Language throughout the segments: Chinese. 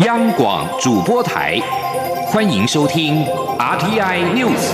央广主播台，欢迎收听 RTI News。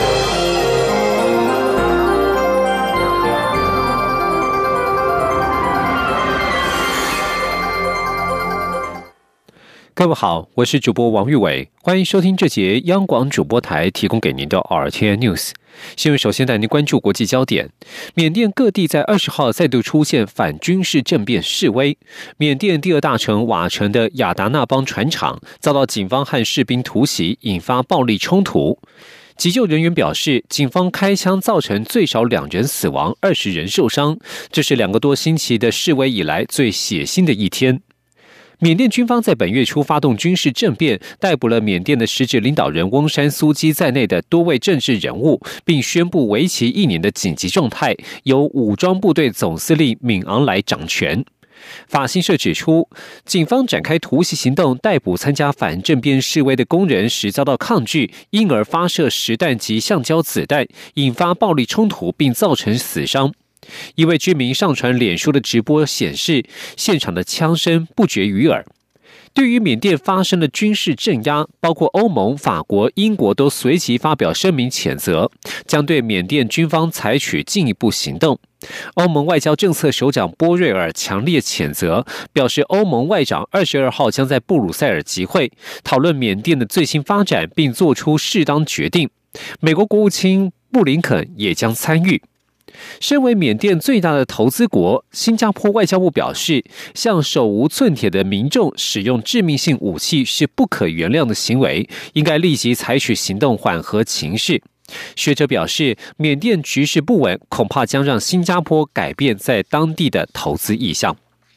各位好，我是主播王玉伟，欢迎收听这节央广主播台提供给您的 RTI News。新闻首先带您关注国际焦点。缅甸各地在20号再度出现反军事政变示威。缅甸第二大城瓦城的亚达纳邦船厂遭到警方和士兵突袭，引发暴力冲突。急救人员表示，警方开枪造成最少2人死亡，20人受伤，这是2个多星期的示威以来最血腥的一天。缅甸军方在本月初发动军事政变，逮捕了缅甸的实质领导人翁山苏基在内的多位政治人物，并宣布为期1年的紧急状态，由武装部队总司令敏昂莱掌权。法新社指出，警方展开突袭行动，逮捕参加反政变示威的工人时遭到抗拒，因而发射实弹及橡胶子弹，引发暴力冲突，并造成死伤。一位居民上传脸书的直播显示，现场的枪声不绝于耳。对于缅甸发生的军事镇压，包括欧盟、法国、英国都随即发表声明谴责，将对缅甸军方采取进一步行动。欧盟外交政策首长波瑞尔强烈谴责，表示欧盟外长22号将在布鲁塞尔集会，讨论缅甸的最新发展，并做出适当决定。美国国务卿布林肯也将参与。身为缅甸最大的投资国，新加坡外交部表示，向手无寸铁的民众使用致命性武器是不可原谅的行为，应该立即采取行动缓和情势。学者表示，缅甸局势不稳，恐怕将让新加坡改变在当地的投资意向。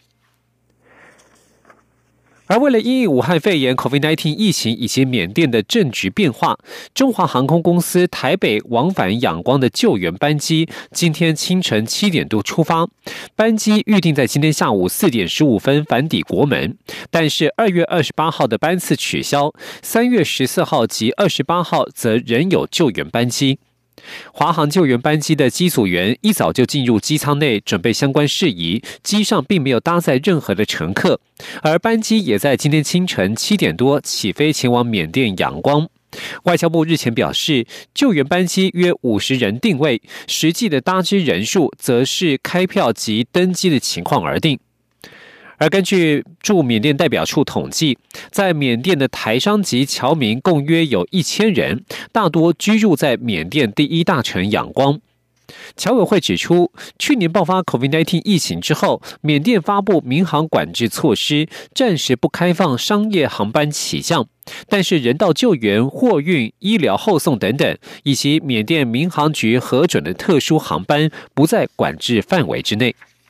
而为了因应武汉肺炎 COVID-19 疫情以及缅甸的政局变化，中华航空公司台北往返仰光的救援班机今天清晨7点多出发，班机预定在今天下午4点15分返抵国门，但是2月28号的班次取消，3月14号及28号则仍有救援班机。华航救援班机的机组员一早就进入机舱内准备相关事宜，机上并没有搭载任何的乘客，而班机也在今天清晨7点多起飞前往缅甸仰光。外交部日前表示，救援班机约50人定位，实际的搭机人数则是开票及登机的情况而定。而根据驻缅甸代表处统计，在缅甸的台商及侨民共约有1000人，大多居住在缅甸第一大城仰光。侨委会指出，去年爆发 COVID-19 疫情之后，缅甸发布民航管制措施，暂时不开放商业航班起降，但是人道救援、货运、医疗后送等等，以及缅甸民航局核准的特殊航班不在管制范围之内。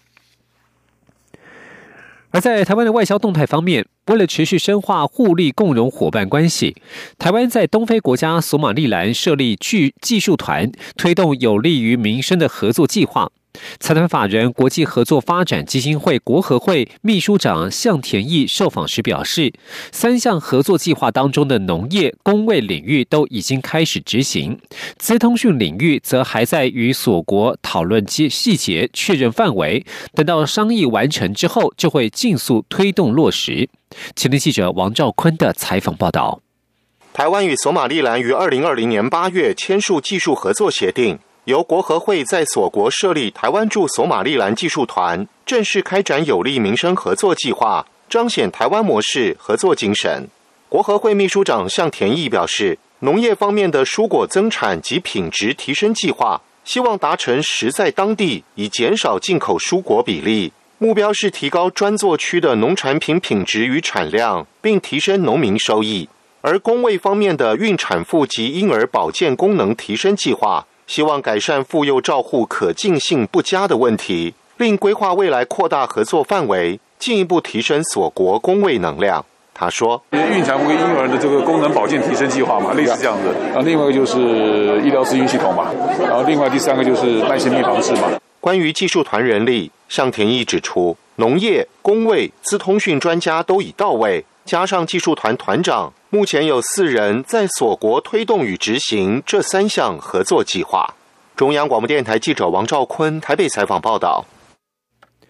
而在台湾的外交动态方面，为了持续深化互利共荣伙伴关系，台湾在东非国家索马利兰设立技术团，推动有利于民生的合作计划。财团法人国际合作发展基金会国合会秘书长向田义受访时表示，3项合作计划当中的农业、工卫领域都已经开始执行，资通讯领域则还在与所国讨论细节、确认范围，等到商议完成之后，就会尽速推动落实。前天记者王兆坤的采访报道。 台湾与索马利兰于2020年8月签署技术合作协定，由国合会在所国设立台湾驻索马利兰技术团，正式开展有利民生合作计划，彰显台湾模式合作精神。国合会秘书长向田义表示，农业方面的蔬果增产及品质提升计划，希望达成实在当地，以减少进口蔬果比例。目标是提高专作区的农产品品质与产量，并提升农民收益。而工卫方面的孕产妇及婴儿保健功能提升计划，希望改善妇幼照护可进性不佳的问题，并规划未来扩大合作范围，进一步提升所国工卫能量。他说， 孕产妇跟婴儿的这个功能保健提升计划嘛，类似这样子。然后另外一个就是医疗资讯系统嘛，然后另外第3个就是慢性病防治嘛。 关于技术团人力，向田义指出，农业、工卫、资通讯专家都已到位，加上技术团团长，目前有4人在所国推动与执行这3项合作计划。中央广播电台记者王兆坤台北采访报道。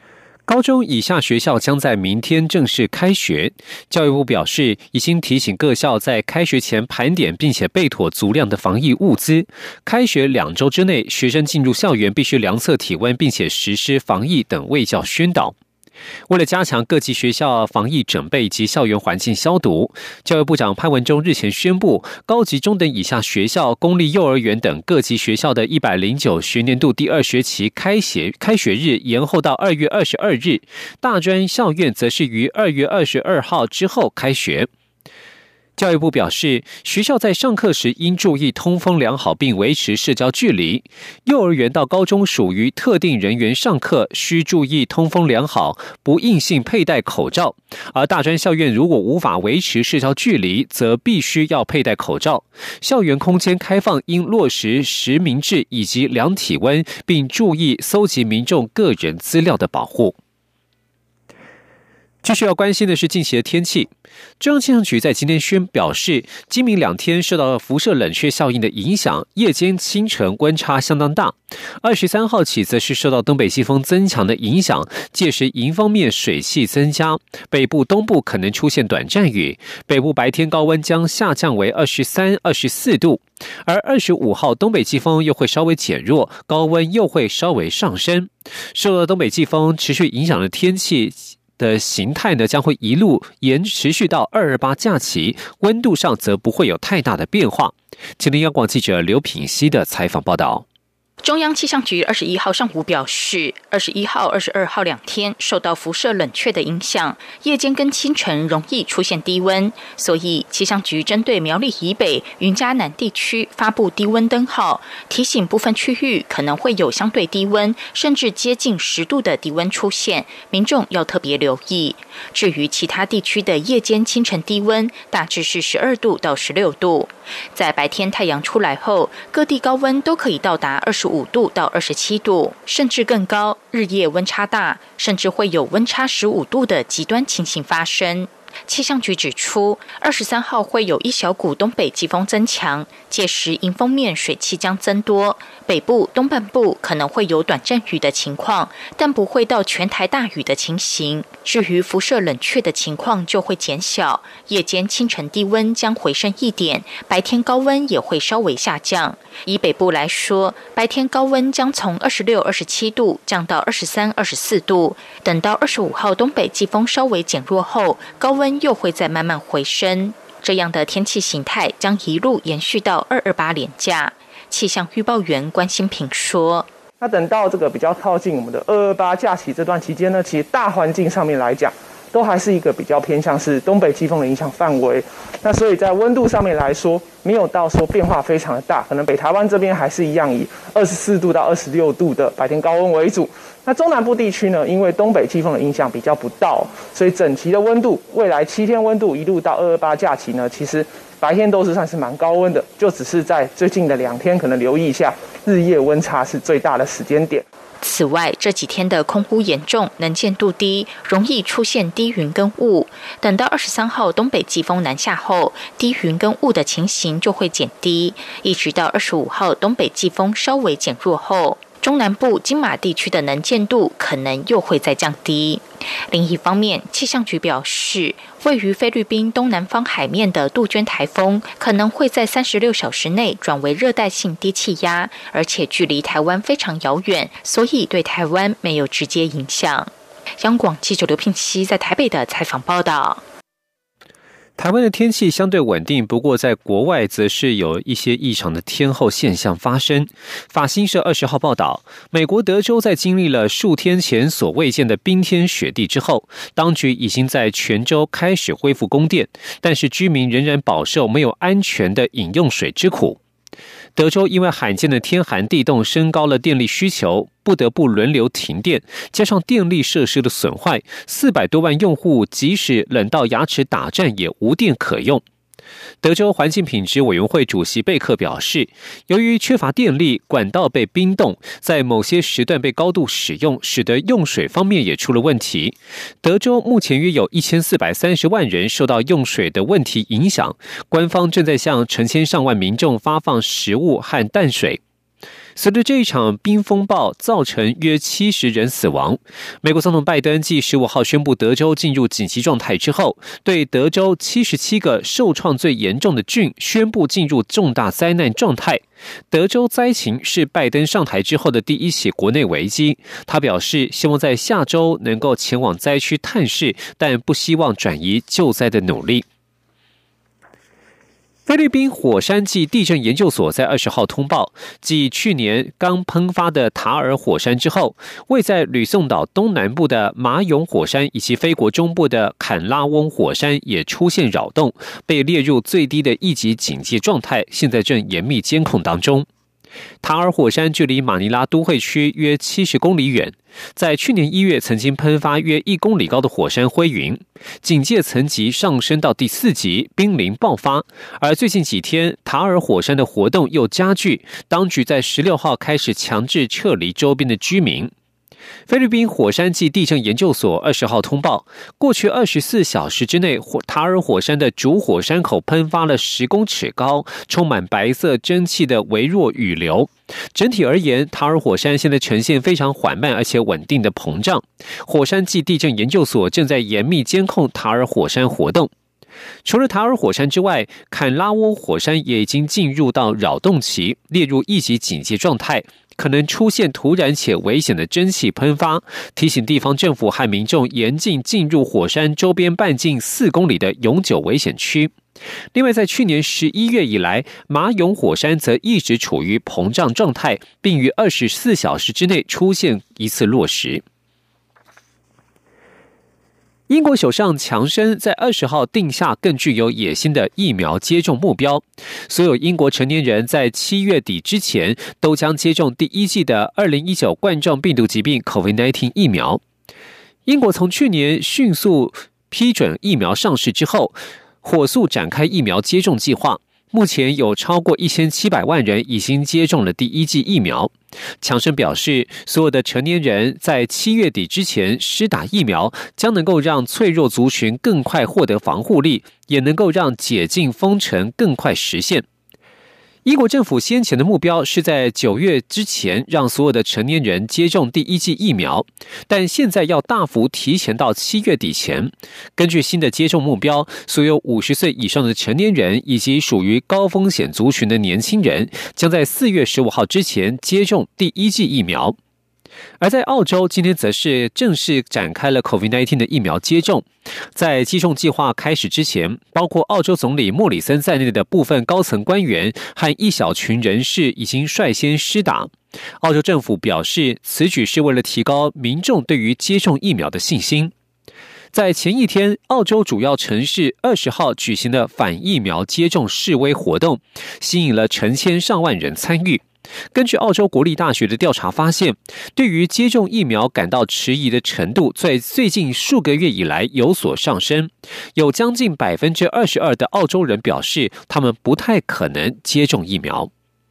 高中以下学校将在明天正式开学。教育部表示，已经提醒各校在开学前盘点并且备妥足量的防疫物资。开学2周之内，学生进入校园必须量测体温，并且实施防疫等卫教宣导。为了加强各级学校防疫准备及校园环境消毒，教育部长潘文忠日前宣布，高级中等以下学校、公立幼儿园等各级学校的109学年度第2学期开学日延后到2月22日，大专校院则是于2月22号之后开学。教育部表示，学校在上课时应注意通风良好并维持社交距离。幼儿园到高中属于特定人员上课，需注意通风良好，不硬性佩戴口罩。而大专校院如果无法维持社交距离，则必须要佩戴口罩。校园空间开放应落实实名制以及量体温，并注意搜集民众个人资料的保护。继续要关心的是近期的天气。中央气象局在今天表示，今明2天受到辐射冷却效应的影响，夜间清晨温差相当大。23号起则是受到东北季风增强的影响，届时迎风面水汽增加，北部东部可能出现短暂雨，北部白天高温将下降为23、24度，而25号东北季风又会稍微减弱，高温又会稍微上升。受到东北季风持续影响的天气的形态呢，将会一路持续到228假期，温度上则不会有太大的变化。请听央广记者刘品希的采访报道。 中央气象局21号上午表示，21号、22号2天受到辐射冷却的影响，夜间跟清晨容易出现低温，所以气象局针对苗栗以北、云嘉南地区发布低温灯号，提醒部分区域可能会有相对低温，甚至接近10度的低温出现，民众要特别留意。至于其他地区的夜间、清晨低温，大致是12度到16度。在白天太阳出来后，各地高温都可以到达25度到27度，甚至更高，日夜温差大，甚至会有温差15度的极端情形发生。气象局指出，23号会有一小股东北季风增强，届时迎风面水汽将增多，北部、东半部可能会有短暂雨的情况，但不会到全台大雨的情形。至于辐射冷却的情况就会减小，夜间清晨低温将回升一点，白天高温也会稍微下降。以北部来说，白天高温将从26、27度降到23、24度，等到25号东北季风稍微减弱后，高温又会再慢慢回升。这样的天气形态将一路延续到228连假。气象预报员关心平说， 那等到这个比较靠近我们的228假期这段期间呢，其实大环境上面来讲，都还是一个比较偏向是东北季风的影响范围。那所以在温度上面来说，没有到说变化非常的大，可能北台湾这边还是一样以24度到26度的白天高温为主。那中南部地区呢，因为东北季风的影响比较不到，所以整期的温度，未来7天温度一路到228假期呢，其实白天都是算是蛮高温的，就只是在最近的2天可能留意一下日夜温差是最大的时间点。 此外，这几天的空污严重，能见度低，容易出现低云跟雾。等到23号东北季风南下后，低云跟雾的情形就会减低，一直到25号东北季风稍微减弱后，中南部金马地区的能见度可能又会再降低。另一方面，气象局表示，位于菲律宾东南方海面的杜鹃台风可能会在36小时内转为热带性低气压，而且距离台湾非常遥远，所以对台湾没有直接影响。央广记者刘聘熙在台北的采访报道。 台湾的天气相对稳定，不过在国外则是有一些异常的天候现象发生。法新社20号报道，美国德州在经历了数天前所未见的冰天雪地之后，当局已经在全州开始恢复供电，但是居民仍然饱受没有安全的饮用水之苦。德州因为罕见的天寒地冻升高了电力需求，不得不轮流停电，加上电力设施的损坏，400多万用户即使冷到牙齿打颤也无电可用。德州环境品质委员会主席贝克表示，由于缺乏电力，管道被冰冻，在某些时段被高度使用，使得用水方面也出了问题。德州目前约有1430万人受到用水的问题影响，官方正在向成千上万民众发放食物和淡水。 随着这一场冰风暴造成约70人死亡，美国总统拜登继15号宣布德州进入紧急状态之后，对德州77个受创最严重的郡宣布进入重大灾难状态。德州灾情是拜登上台之后的第一起国内危机。他表示，希望在下周能够前往灾区探视，但不希望转移救灾的努力。菲律宾火山暨地震研究所在20号通报，继去年刚喷发的塔尔火山之后，位在吕宋岛东南部的马永火山以及菲国中部的坎拉翁火山也出现扰动，被列入最低的1级警戒状态，现在正严密监控当中。塔尔火山距离马尼拉都会区约70公里远，在去年1月曾经喷发约1公里高的火山灰云，警戒层级上升到第4级，濒临爆发。而最近几天，塔尔火山的活动又加剧，当局在16号开始强制撤离周边的居民。菲律宾火山暨地震研究所20号通报，过去24小时之内，塔尔火山的主火山口喷发了10公尺高、充满白色蒸汽的微弱雨流。整体而言，塔尔火山现在呈现非常缓慢而且稳定的膨胀。火山暨地震研究所正在严密监控塔尔火山活动。除了塔尔火山之外，坎拉窝火山也已经进入到扰动期，列入1级警戒状态，可能出现突然且危险的蒸汽喷发，提醒地方政府和民众严禁进入火山周边半径4公里的永久危险区。另外，在去年11月以来，马永火山则一直处于膨胀状态，并于24小时之内出现一次落石。英国首相强生在20号定下更具有野心的疫苗接种目标，所有英国成年人在7月底之前都将接种第1剂的2019冠状病毒疾病 COVID-19 疫苗。英国从去年迅速批准疫苗上市之后，火速展开疫苗接种计划。目前有超过1700万人已经接种了第1剂疫苗。强生表示，所有的成年人在7月底之前施打疫苗，将能够让脆弱族群更快获得防护力，也能够让解禁封城更快实现。英国政府先前的目标是在9月之前让所有的成年人接种第1剂疫苗，但现在要大幅提前到7月底前。根据新的接种目标，所有50岁以上的成年人以及属于高风险族群的年轻人，将在4月15号之前接种第1剂疫苗。而在澳洲，今天则是正式展开了 COVID-19 的疫苗接种。在接种计划开始之前，包括澳洲总理莫里森在内的部分高层官员和一小群人士已经率先施打。澳洲政府表示，此举是为了提高民众对于接种疫苗的信心。在前一天，澳洲主要城市20号举行的反疫苗接种示威活动，吸引了成千上万人参与。根据澳洲国立大学的调查发现，对于接种疫苗感到迟疑的程度在最近数个月以来有所上升，有将近22%的澳洲人表示他们不太可能接种疫苗。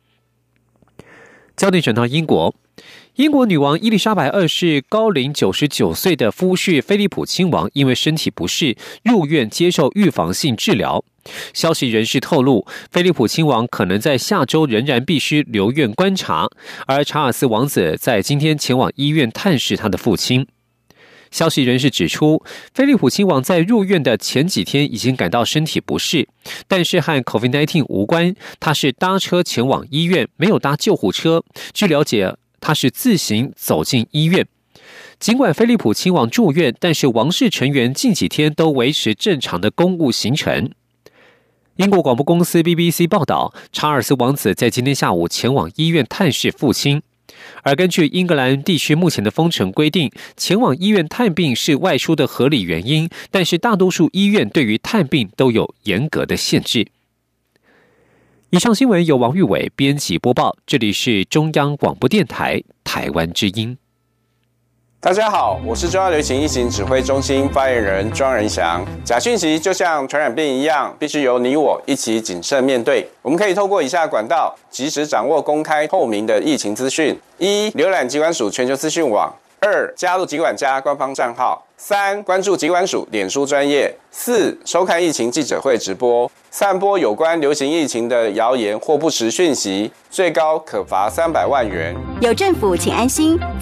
焦点转到英国，英国女王伊丽莎白2世高龄99岁的夫婿菲利普亲王因为身体不适入院接受预防性治疗。消息人士透露，菲利普亲王可能在下周仍然必须留院观察，而查尔斯王子在今天前往医院探视他的父亲。消息人士指出，菲利普亲王在入院的前几天已经感到身体不适，但是和 COVID-19 无关，他是搭车前往医院，没有搭救护车。据了解，他是自行走进医院。尽管菲利普亲王住院，但是王室成员近几天都维持正常的公务行程。英国广播公司 BBC 报道，查尔斯王子在今天下午前往医院探视父亲。而根据英格兰地区目前的封城规定，前往医院探病是外出的合理原因，但是大多数医院对于探病都有严格的限制。以上新闻由王玉伟编辑播报，这里是中央广播电台台湾之音。 大家好，我是中央流行疫情指挥中心发言人庄仁祥。假讯息就像传染病一样，必须由你我一起谨慎面对。我们可以透过以下管道及时掌握公开透明的疫情资讯：1、浏览疾管署全球资讯网 2. 加入疾管家官方账号。3. 关注疾管署脸书专页。4. 收看疫情记者会直播。散播有关流行疫情的谣言或不实讯息，最高可罚300万元。 有政府，请安心。